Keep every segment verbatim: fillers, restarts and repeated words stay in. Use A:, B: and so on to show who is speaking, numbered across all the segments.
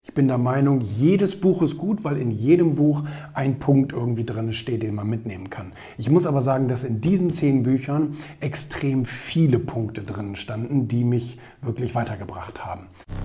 A: Ich bin der Meinung, jedes Buch ist gut, weil in jedem Buch ein Punkt irgendwie drin steht, den man mitnehmen kann. Ich muss aber sagen, dass in diesen zehn Büchern extrem viele Punkte drin standen, die mich wirklich weitergebracht haben.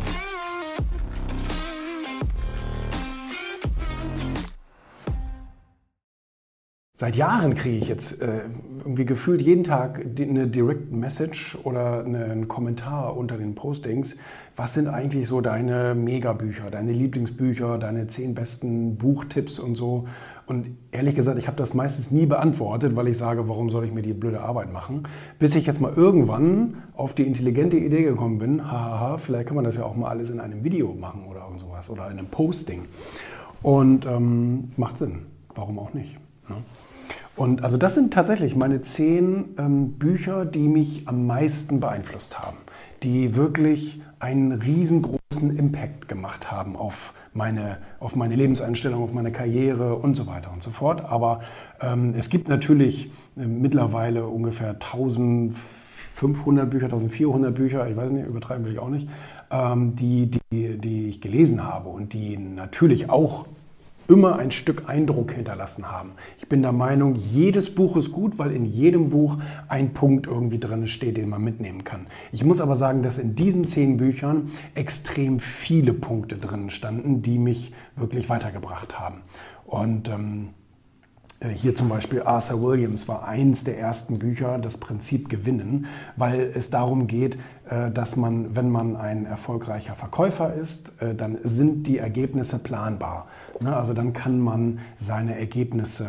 A: Seit Jahren kriege ich jetzt äh, irgendwie gefühlt jeden Tag eine Direct Message oder einen Kommentar unter den Postings. Was sind eigentlich so deine Megabücher, deine Lieblingsbücher, deine zehn besten Buchtipps und so? Und ehrlich gesagt, ich habe das meistens nie beantwortet, weil ich sage, warum soll ich mir die blöde Arbeit machen? Bis ich jetzt mal irgendwann auf die intelligente Idee gekommen bin, hahaha, vielleicht kann man das ja auch mal alles in einem Video machen oder irgend sowas oder in einem Posting. Und ähm, macht Sinn, warum auch nicht? Ne? Und also das sind tatsächlich meine zehn ähm, Bücher, die mich am meisten beeinflusst haben, die wirklich einen riesengroßen Impact gemacht haben auf meine, auf meine Lebenseinstellung, auf meine Karriere und so weiter und so fort. Aber ähm, es gibt natürlich äh, mittlerweile ungefähr eintausendfünfhundert Bücher, eintausendvierhundert Bücher, ich weiß nicht, übertreiben will ich auch nicht, ähm, die, die, die ich gelesen habe und die natürlich auch immer ein Stück Eindruck hinterlassen haben. Ich bin der Meinung, jedes Buch ist gut, weil in jedem Buch ein Punkt irgendwie drin steht, den man mitnehmen kann. Ich muss aber sagen, dass in diesen zehn Büchern extrem viele Punkte drin standen, die mich wirklich weitergebracht haben. Und ähm, hier zum Beispiel Arthur Williams war eins der ersten Bücher, das Prinzip Gewinnen, weil es darum geht, dass man, wenn man ein erfolgreicher Verkäufer ist, dann sind die Ergebnisse planbar. Also dann kann man seine Ergebnisse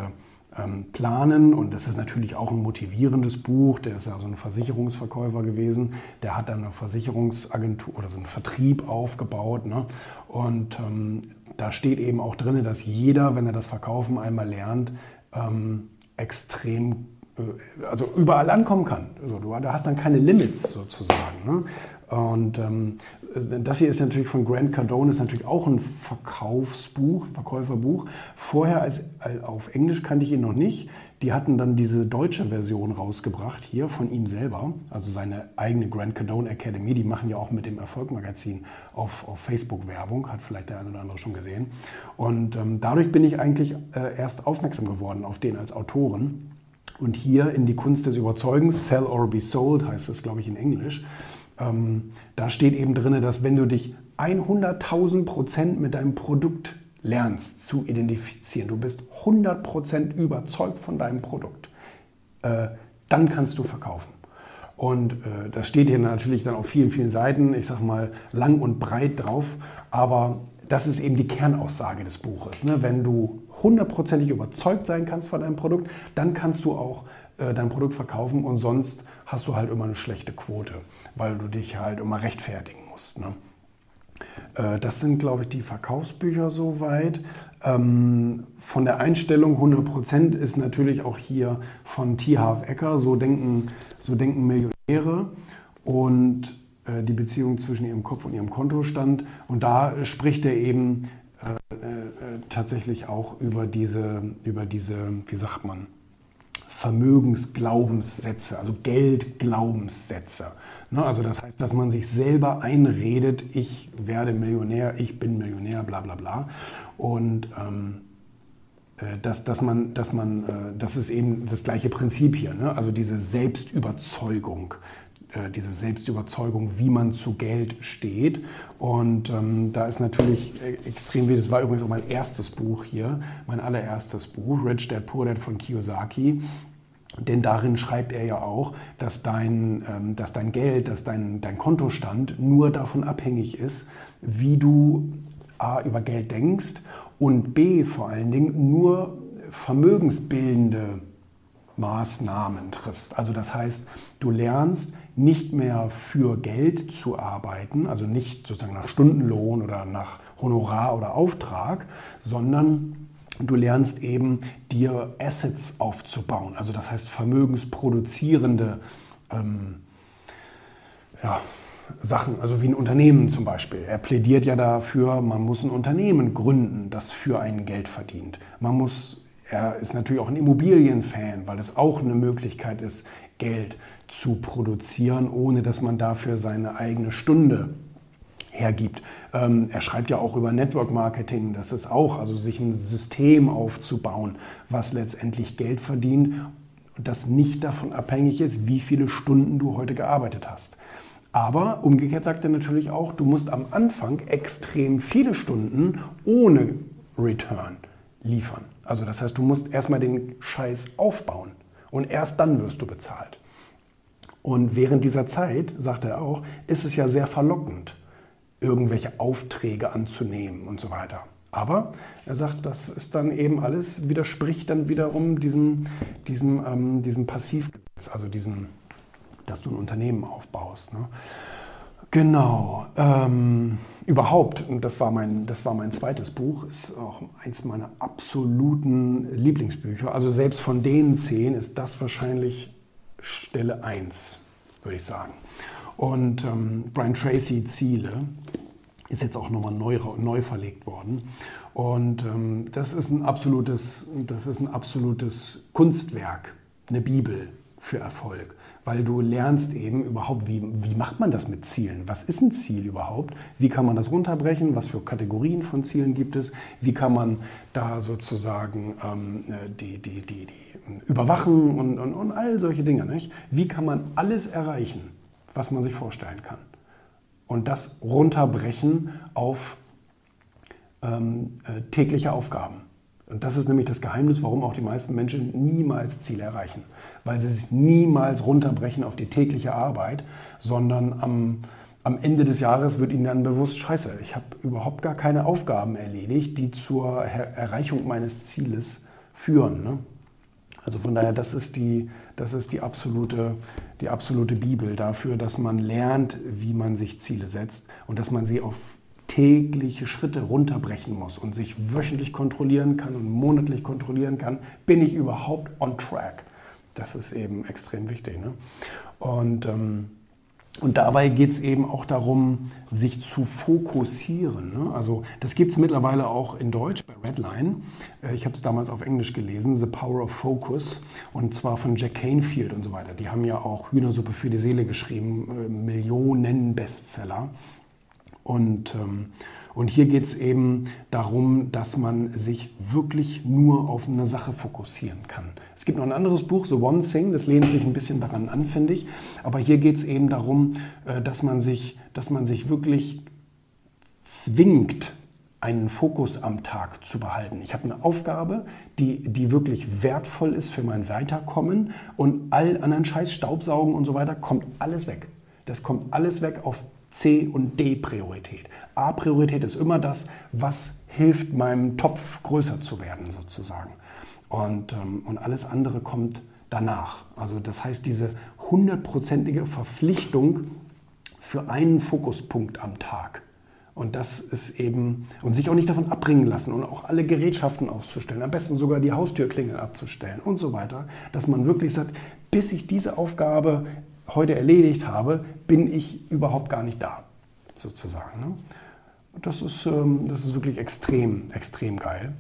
A: planen und das ist natürlich auch ein motivierendes Buch. Der ist ja so ein Versicherungsverkäufer gewesen, der hat dann eine Versicherungsagentur oder so einen Vertrieb aufgebaut. Und da steht eben auch drin, dass jeder, wenn er das Verkaufen einmal lernt, Ähm, extrem, äh, also überall ankommen kann. Also du, du hast dann keine Limits sozusagen. Ne? Und ähm, das hier ist natürlich von Grant Cardone, ist natürlich auch ein Verkaufsbuch, Verkäuferbuch. Vorher als, als auf Englisch kannte ich ihn noch nicht. Die hatten dann diese deutsche Version rausgebracht, hier von ihm selber, also seine eigene Grant Cardone Academy. Die machen ja auch mit dem Erfolg-Magazin auf, auf Facebook Werbung, hat vielleicht der eine oder andere schon gesehen. Und ähm, dadurch bin ich eigentlich äh, erst aufmerksam geworden auf den als Autoren. Und hier in die Kunst des Überzeugens, Sell or Be Sold heißt das, glaube ich, in Englisch. Ähm, da steht eben drin, dass wenn du dich hunderttausend Prozent mit deinem Produkt lernst zu identifizieren, du bist hundert Prozent überzeugt von deinem Produkt, äh, dann kannst du verkaufen. Und äh, das steht hier natürlich dann auf vielen, vielen Seiten, ich sage mal lang und breit drauf, aber das ist eben die Kernaussage des Buches. Ne? Wenn du hundertprozentig überzeugt sein kannst von deinem Produkt, dann kannst du auch äh, dein Produkt verkaufen und sonst hast du halt immer eine schlechte Quote, weil du dich halt immer rechtfertigen musst. Ne? Das sind, glaube ich, die Verkaufsbücher soweit. Ähm, von der Einstellung hundert Prozent ist natürlich auch hier von T. Harv Eker, so denken, so denken Millionäre und äh, die Beziehung zwischen ihrem Kopf und ihrem Kontostand. Und da spricht er eben äh, äh, tatsächlich auch über diese, über diese, wie sagt man, Vermögensglaubenssätze, also Geldglaubenssätze. Ne, also das heißt, dass man sich selber einredet, ich werde Millionär, ich bin Millionär, bla bla bla. Und ähm, dass, dass man, dass man, äh, das ist eben das gleiche Prinzip hier, ne? Also diese Selbstüberzeugung, äh, diese Selbstüberzeugung, wie man zu Geld steht. Und ähm, da ist natürlich extrem wichtig, das war übrigens auch mein erstes Buch hier, mein allererstes Buch, Rich Dad Poor Dad von Kiyosaki. Denn darin schreibt er ja auch, dass dein, ähm, dass dein Geld, dass dein, dein Kontostand nur davon abhängig ist, wie du A, über Geld denkst und B, vor allen Dingen nur vermögensbildende Maßnahmen triffst. Also das heißt, du lernst nicht mehr für Geld zu arbeiten, also nicht sozusagen nach Stundenlohn oder nach Honorar oder Auftrag, sondern du lernst eben, dir Assets aufzubauen, also das heißt vermögensproduzierende ähm, ja, Sachen, also wie ein Unternehmen zum Beispiel. Er plädiert ja dafür, man muss ein Unternehmen gründen, das für einen Geld verdient. Man muss, er ist natürlich auch ein Immobilienfan, weil es auch eine Möglichkeit ist, Geld zu produzieren, ohne dass man dafür seine eigene Stunde hergibt. Ähm, er schreibt ja auch über Network Marketing, das ist auch, also sich ein System aufzubauen, was letztendlich Geld verdient und das nicht davon abhängig ist, wie viele Stunden du heute gearbeitet hast. Aber umgekehrt sagt er natürlich auch, du musst am Anfang extrem viele Stunden ohne Return liefern. Also das heißt, du musst erstmal den Scheiß aufbauen und erst dann wirst du bezahlt. Und während dieser Zeit, sagt er auch, ist es ja sehr verlockend, irgendwelche Aufträge anzunehmen und so weiter. Aber er sagt, das ist dann eben alles, widerspricht dann wiederum diesem, diesem, ähm, diesem Passivgesetz, also diesem, dass du ein Unternehmen aufbaust. Ne? Genau. Ähm, überhaupt, und das war, mein, das war mein zweites Buch, ist auch eins meiner absoluten Lieblingsbücher. Also selbst von den zehn ist das wahrscheinlich Stelle eins, würde ich sagen. Und ähm, Brian Tracy, Ziele, ist jetzt auch nochmal neu, neu verlegt worden. Und ähm, das ist ein absolutes, das ist ein absolutes Kunstwerk, eine Bibel für Erfolg. Weil du lernst eben überhaupt, wie, wie macht man das mit Zielen? Was ist ein Ziel überhaupt? Wie kann man das runterbrechen? Was für Kategorien von Zielen gibt es? Wie kann man da sozusagen ähm, die, die, die, die überwachen und, und, und all solche Dinge, nicht? Wie kann man alles erreichen, was man sich vorstellen kann? Und das runterbrechen auf ähm, äh, tägliche Aufgaben. Und das ist nämlich das Geheimnis, warum auch die meisten Menschen niemals Ziele erreichen. Weil sie es niemals runterbrechen auf die tägliche Arbeit, sondern am, am Ende des Jahres wird ihnen dann bewusst, scheiße, ich habe überhaupt gar keine Aufgaben erledigt, die zur Erreichung meines Zieles führen. Ne? Also von daher, das ist die, das ist die absolute, die absolute Bibel dafür, dass man lernt, wie man sich Ziele setzt und dass man sie auf tägliche Schritte runterbrechen muss und sich wöchentlich kontrollieren kann und monatlich kontrollieren kann, bin ich überhaupt on track. Das ist eben extrem wichtig. Ne? Und, ähm, und dabei geht es eben auch darum, sich zu fokussieren. Ne? Also das gibt es mittlerweile auch in Deutsch bei Redline. Ich habe es damals auf Englisch gelesen, The Power of Focus, und zwar von Jack Canfield und so weiter. Die haben ja auch Hühnersuppe für die Seele geschrieben, äh, Millionen Bestseller. Und, ähm, und hier geht es eben darum, dass man sich wirklich nur auf eine Sache fokussieren kann. Es gibt noch ein anderes Buch, The One Thing, das lehnt sich ein bisschen daran an, finde ich. Aber hier geht es eben darum, äh, dass man sich, dass man sich wirklich zwingt, einen Fokus am Tag zu behalten. Ich habe eine Aufgabe, die, die wirklich wertvoll ist für mein Weiterkommen, und all anderen Scheiß, Staubsaugen und so weiter, kommt alles weg. Das kommt alles weg auf C- und D-Priorität. A-Priorität ist immer das, was hilft, meinem Topf größer zu werden, sozusagen. Und, ähm, und alles andere kommt danach. Also das heißt, diese hundertprozentige Verpflichtung für einen Fokuspunkt am Tag. Und das ist eben, und sich auch nicht davon abbringen lassen und auch alle Gerätschaften auszustellen, am besten sogar die Haustürklingel abzustellen und so weiter, dass man wirklich sagt, bis ich diese Aufgabe heute erledigt habe, bin ich überhaupt gar nicht da, sozusagen. Ne? Das ist, ähm, das ist wirklich extrem, extrem geil.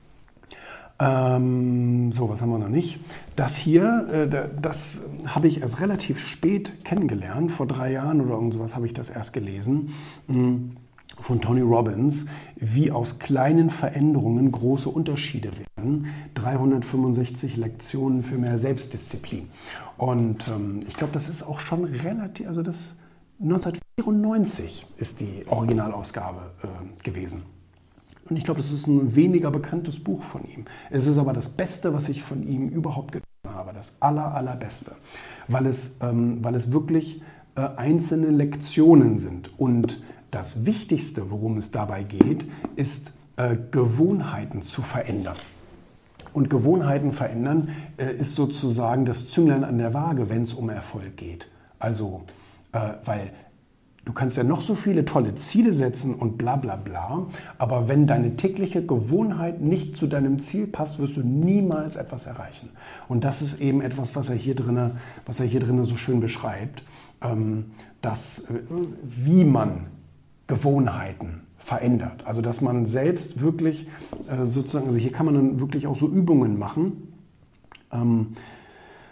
A: Ähm, so, was haben wir noch nicht? Das hier, äh, das habe ich erst relativ spät kennengelernt, vor drei Jahren oder irgend sowas habe ich das erst gelesen, mh, von Tony Robbins, wie aus kleinen Veränderungen große Unterschiede werden. dreihundertfünfundsechzig Lektionen für mehr Selbstdisziplin. Und ähm, ich glaube, das ist auch schon relativ, also das neunzehnhundertvierundneunzig ist die Originalausgabe äh, gewesen. Und ich glaube, das ist ein weniger bekanntes Buch von ihm. Es ist aber das Beste, was ich von ihm überhaupt gelesen habe. Das aller, allerbeste. Weil es, ähm, weil es wirklich äh, einzelne Lektionen sind. Und das Wichtigste, worum es dabei geht, ist, äh, Gewohnheiten zu verändern. Und Gewohnheiten verändern äh, ist sozusagen das Zünglein an der Waage, wenn es um Erfolg geht. Also, äh, weil du kannst ja noch so viele tolle Ziele setzen und bla bla bla, aber wenn deine tägliche Gewohnheit nicht zu deinem Ziel passt, wirst du niemals etwas erreichen. Und das ist eben etwas, was er hier drin, was er hier drin so schön beschreibt, ähm, dass, äh, wie man Gewohnheiten verändert. Also dass man selbst wirklich äh, sozusagen, also hier kann man dann wirklich auch so Übungen machen, ähm,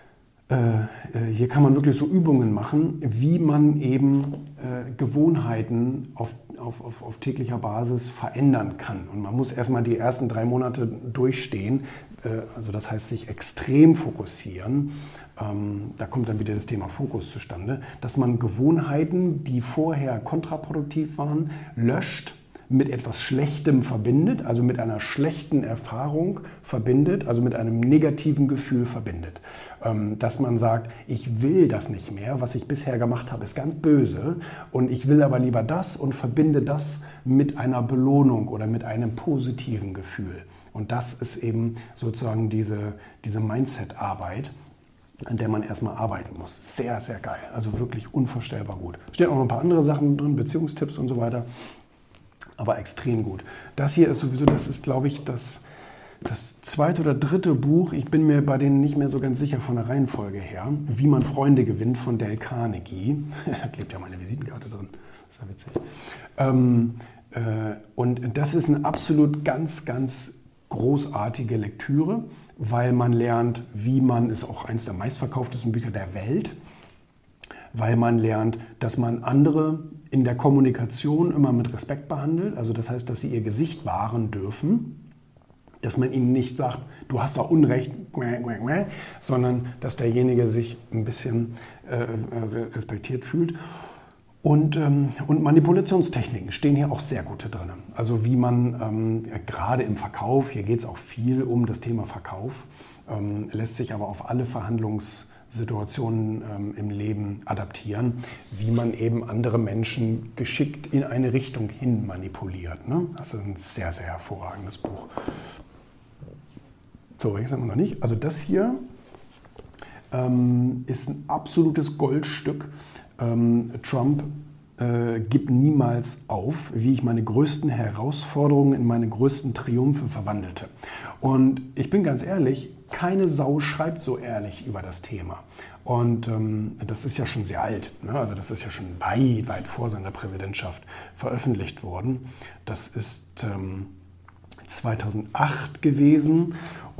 A: Äh, hier kann man wirklich so Übungen machen, wie man eben äh, Gewohnheiten auf, auf, auf, auf täglicher Basis verändern kann. Und man muss erstmal die ersten drei Monate durchstehen, äh, also das heißt sich extrem fokussieren. Ähm, da kommt dann wieder das Thema Fokus zustande, dass man Gewohnheiten, die vorher kontraproduktiv waren, löscht, mit etwas Schlechtem verbindet, also mit einer schlechten Erfahrung verbindet, also mit einem negativen Gefühl verbindet. Dass man sagt, ich will das nicht mehr, was ich bisher gemacht habe, ist ganz böse und ich will aber lieber das und verbinde das mit einer Belohnung oder mit einem positiven Gefühl. Und das ist eben sozusagen diese, diese Mindset-Arbeit, an der man erstmal arbeiten muss. Sehr, sehr geil. Also wirklich unvorstellbar gut. Stehen auch noch ein paar andere Sachen drin, Beziehungstipps und so weiter. Aber extrem gut. Das hier ist sowieso, das ist, glaube ich, das, das zweite oder dritte Buch. Ich bin mir bei denen nicht mehr so ganz sicher von der Reihenfolge her. Wie man Freunde gewinnt von Dale Carnegie. Da klebt ja meine Visitenkarte drin. Das ist ja witzig. Ähm, äh, und das ist eine absolut ganz, ganz großartige Lektüre, weil man lernt, wie man, ist auch eines der meistverkauftesten Bücher der Welt, weil man lernt, dass man andere in der Kommunikation immer mit Respekt behandelt. Also das heißt, dass sie ihr Gesicht wahren dürfen, dass man ihnen nicht sagt, du hast doch Unrecht, sondern dass derjenige sich ein bisschen äh, respektiert fühlt. Und, ähm, und Manipulationstechniken stehen hier auch sehr gute drin. Also wie man ähm, gerade im Verkauf, hier geht es auch viel um das Thema Verkauf, ähm, lässt sich aber auf alle Verhandlungs Situationen ähm, im Leben adaptieren, wie man eben andere Menschen geschickt in eine Richtung hin manipuliert. Ne? Das ist ein sehr, sehr hervorragendes Buch. So, ich sage noch nicht. Also das hier ähm, ist ein absolutes Goldstück. Ähm, Trump äh, gibt niemals auf, wie ich meine größten Herausforderungen in meine größten Triumphe verwandelte. Und ich bin ganz ehrlich, keine Sau schreibt so ehrlich über das Thema. Und ähm, das ist ja schon sehr alt. Ne? Also das ist ja schon weit, weit vor seiner Präsidentschaft veröffentlicht worden. Das ist ähm, zweitausendacht gewesen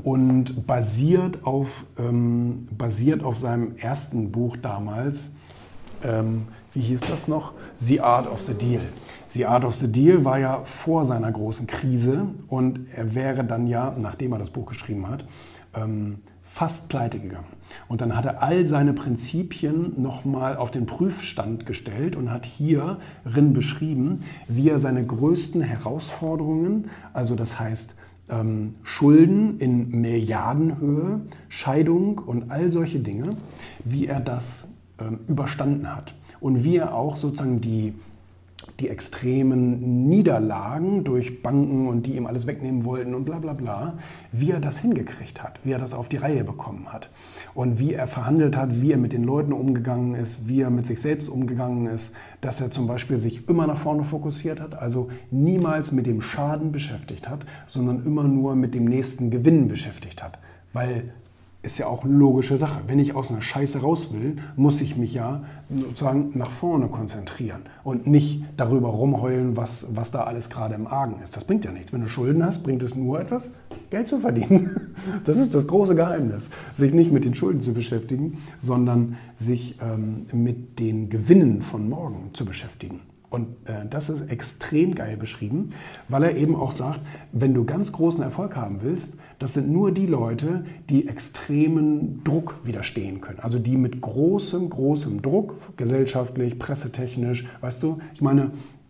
A: und basiert auf, ähm, basiert auf seinem ersten Buch damals. Ähm, wie hieß das noch? The Art of the Deal. The Art of the Deal war ja vor seiner großen Krise und er wäre dann ja, nachdem er das Buch geschrieben hat, ähm, fast pleite gegangen. Und dann hat er all seine Prinzipien nochmal auf den Prüfstand gestellt und hat hierin beschrieben, wie er seine größten Herausforderungen, also das heißt ähm, Schulden in Milliardenhöhe, Scheidung und all solche Dinge, wie er das ähm, überstanden hat. Und wie er auch sozusagen die die extremen Niederlagen durch Banken und die ihm alles wegnehmen wollten und bla bla bla, wie er das hingekriegt hat, wie er das auf die Reihe bekommen hat und wie er verhandelt hat, wie er mit den Leuten umgegangen ist, wie er mit sich selbst umgegangen ist, dass er zum Beispiel sich immer nach vorne fokussiert hat, also niemals mit dem Schaden beschäftigt hat, sondern immer nur mit dem nächsten Gewinn beschäftigt hat, weil ist ja auch eine logische Sache. Wenn ich aus einer Scheiße raus will, muss ich mich ja sozusagen nach vorne konzentrieren und nicht darüber rumheulen, was, was da alles gerade im Argen ist. Das bringt ja nichts. Wenn du Schulden hast, bringt es nur etwas, Geld zu verdienen. Das ist das große Geheimnis. Sich nicht mit den Schulden zu beschäftigen, sondern sich ähm, mit den Gewinnen von morgen zu beschäftigen. Und äh, das ist extrem geil beschrieben, weil er eben auch sagt, wenn du ganz großen Erfolg haben willst, das sind nur die Leute, die extremen Druck widerstehen können. Also die mit großem, großem Druck, gesellschaftlich, pressetechnisch, weißt du, ich meine,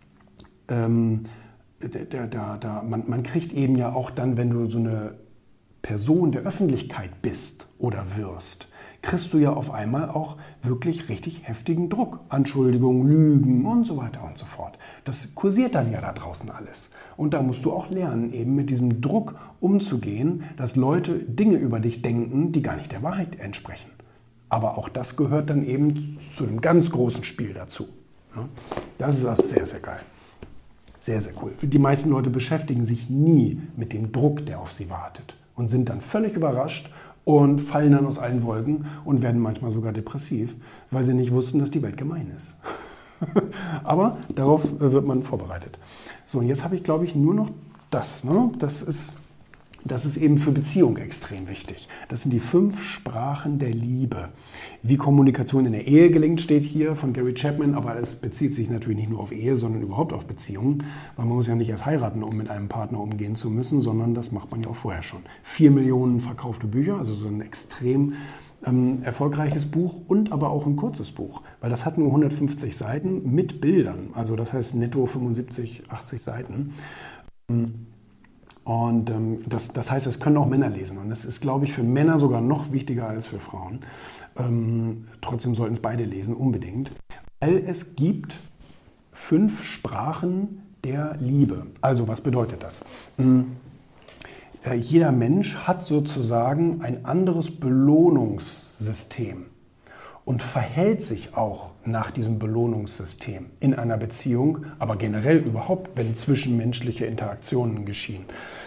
A: ähm, da, da, da, man, man kriegt eben ja auch dann, wenn du so eine Person der Öffentlichkeit bist oder wirst, kriegst du ja auf einmal auch wirklich richtig heftigen Druck. Anschuldigungen, Lügen und so weiter und so fort. Das kursiert dann ja da draußen alles. Und da musst du auch lernen, eben mit diesem Druck umzugehen, dass Leute Dinge über dich denken, die gar nicht der Wahrheit entsprechen. Aber auch das gehört dann eben zu einem ganz großen Spiel dazu. Das ist auch sehr, sehr geil. Sehr, sehr cool. Die meisten Leute beschäftigen sich nie mit dem Druck, der auf sie wartet. Und sind dann völlig überrascht und fallen dann aus allen Wolken und werden manchmal sogar depressiv, weil sie nicht wussten, dass die Welt gemein ist. Aber darauf wird man vorbereitet. So, und jetzt habe ich, glaube ich, nur noch das. Ne? Das ist das ist eben für Beziehung extrem wichtig. Das sind die fünf Sprachen der Liebe. Wie Kommunikation in der Ehe gelingt, steht hier von Gary Chapman, aber es bezieht sich natürlich nicht nur auf Ehe, sondern überhaupt auf Beziehungen, weil man muss ja nicht erst heiraten, um mit einem Partner umgehen zu müssen, sondern das macht man ja auch vorher schon. Vier Millionen verkaufte Bücher, also so ein extrem ähm, erfolgreiches Buch und aber auch ein kurzes Buch, weil das hat nur hundertfünfzig Seiten mit Bildern, also das heißt netto fünfundsiebzig, achtzig Seiten. Und ähm, das, das heißt, es können auch Männer lesen. Und das ist, glaube ich, für Männer sogar noch wichtiger als für Frauen. Ähm, trotzdem sollten es beide lesen, unbedingt. Weil es gibt fünf Sprachen der Liebe. Also, was bedeutet das? Hm. Äh, jeder Mensch hat sozusagen ein anderes Belohnungssystem und verhält sich auch nach diesem Belohnungssystem in einer Beziehung, aber generell überhaupt, wenn zwischenmenschliche Interaktionen geschehen.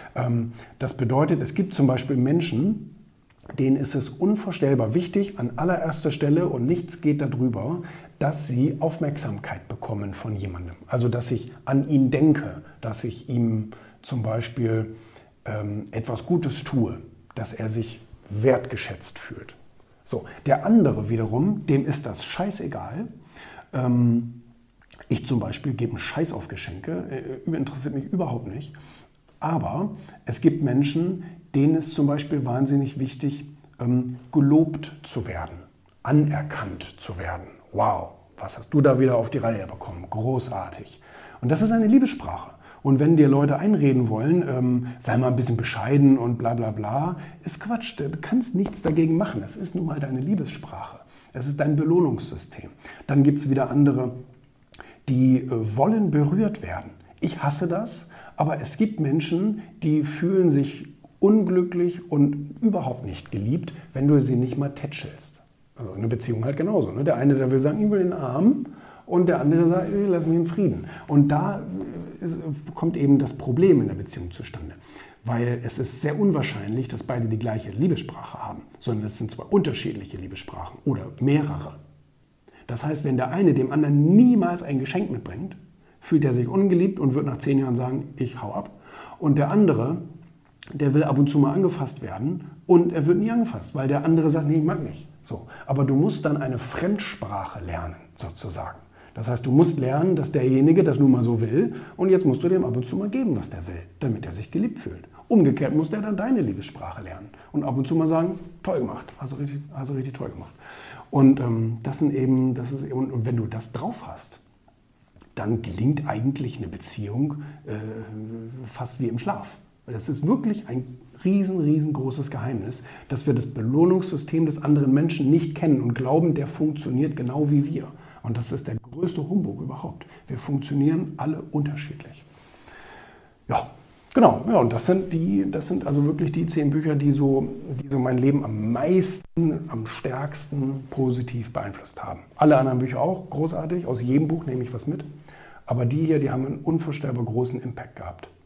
A: Das bedeutet, es gibt zum Beispiel Menschen, denen ist es unvorstellbar wichtig, an allererster Stelle, und nichts geht darüber, dass sie Aufmerksamkeit bekommen von jemandem. Also, dass ich an ihn denke, dass ich ihm zum Beispiel ähm, etwas Gutes tue, dass er sich wertgeschätzt fühlt. So, der andere wiederum, dem ist das scheißegal. Ähm, ich zum Beispiel gebe einen Scheiß auf Geschenke, äh, interessiert mich überhaupt nicht. Aber es gibt Menschen, denen ist zum Beispiel wahnsinnig wichtig, ähm, gelobt zu werden, anerkannt zu werden. Wow, was hast du da wieder auf die Reihe bekommen? Großartig. Und das ist eine Liebessprache. Und wenn dir Leute einreden wollen, ähm, sei mal ein bisschen bescheiden und bla bla bla, ist Quatsch. Du kannst nichts dagegen machen. Das ist nun mal deine Liebessprache. Es ist dein Belohnungssystem. Dann gibt es wieder andere, die äh, wollen berührt werden. Ich hasse das, aber es gibt Menschen, die fühlen sich unglücklich und überhaupt nicht geliebt, wenn du sie nicht mal tätschelst. Also eine Beziehung halt genauso. Ne? Der eine, der will sagen, ich will den Arm. Und der andere sagt, lass mich in Frieden. Und da kommt eben das Problem in der Beziehung zustande. Weil es ist sehr unwahrscheinlich, dass beide die gleiche Liebessprache haben, sondern es sind zwei unterschiedliche Liebessprachen oder mehrere. Das heißt, wenn der eine dem anderen niemals ein Geschenk mitbringt, fühlt er sich ungeliebt und wird nach zehn Jahren sagen, ich hau ab. Und der andere, der will ab und zu mal angefasst werden und er wird nie angefasst, weil der andere sagt, nee, ich mag nicht. So. Aber du musst dann eine Fremdsprache lernen, sozusagen. Das heißt, du musst lernen, dass derjenige das nun mal so will und jetzt musst du dem ab und zu mal geben, was der will, damit er sich geliebt fühlt. Umgekehrt muss der dann deine Liebessprache lernen und ab und zu mal sagen, toll gemacht, hast du richtig, hast du richtig toll gemacht. Und ähm, das sind eben, das ist, und wenn du das drauf hast, dann gelingt eigentlich eine Beziehung äh, fast wie im Schlaf. Weil das ist wirklich ein riesen, riesengroßes Geheimnis, dass wir das Belohnungssystem des anderen Menschen nicht kennen und glauben, der funktioniert genau wie wir. Und das ist der größte Humbug überhaupt. Wir funktionieren alle unterschiedlich. Ja, genau. Ja, und das sind die, das sind also wirklich die zehn Bücher, die so, die so mein Leben am meisten, am stärksten positiv beeinflusst haben. Alle anderen Bücher auch großartig. Aus jedem Buch nehme ich was mit. Aber die hier, die haben einen unvorstellbar großen Impact gehabt.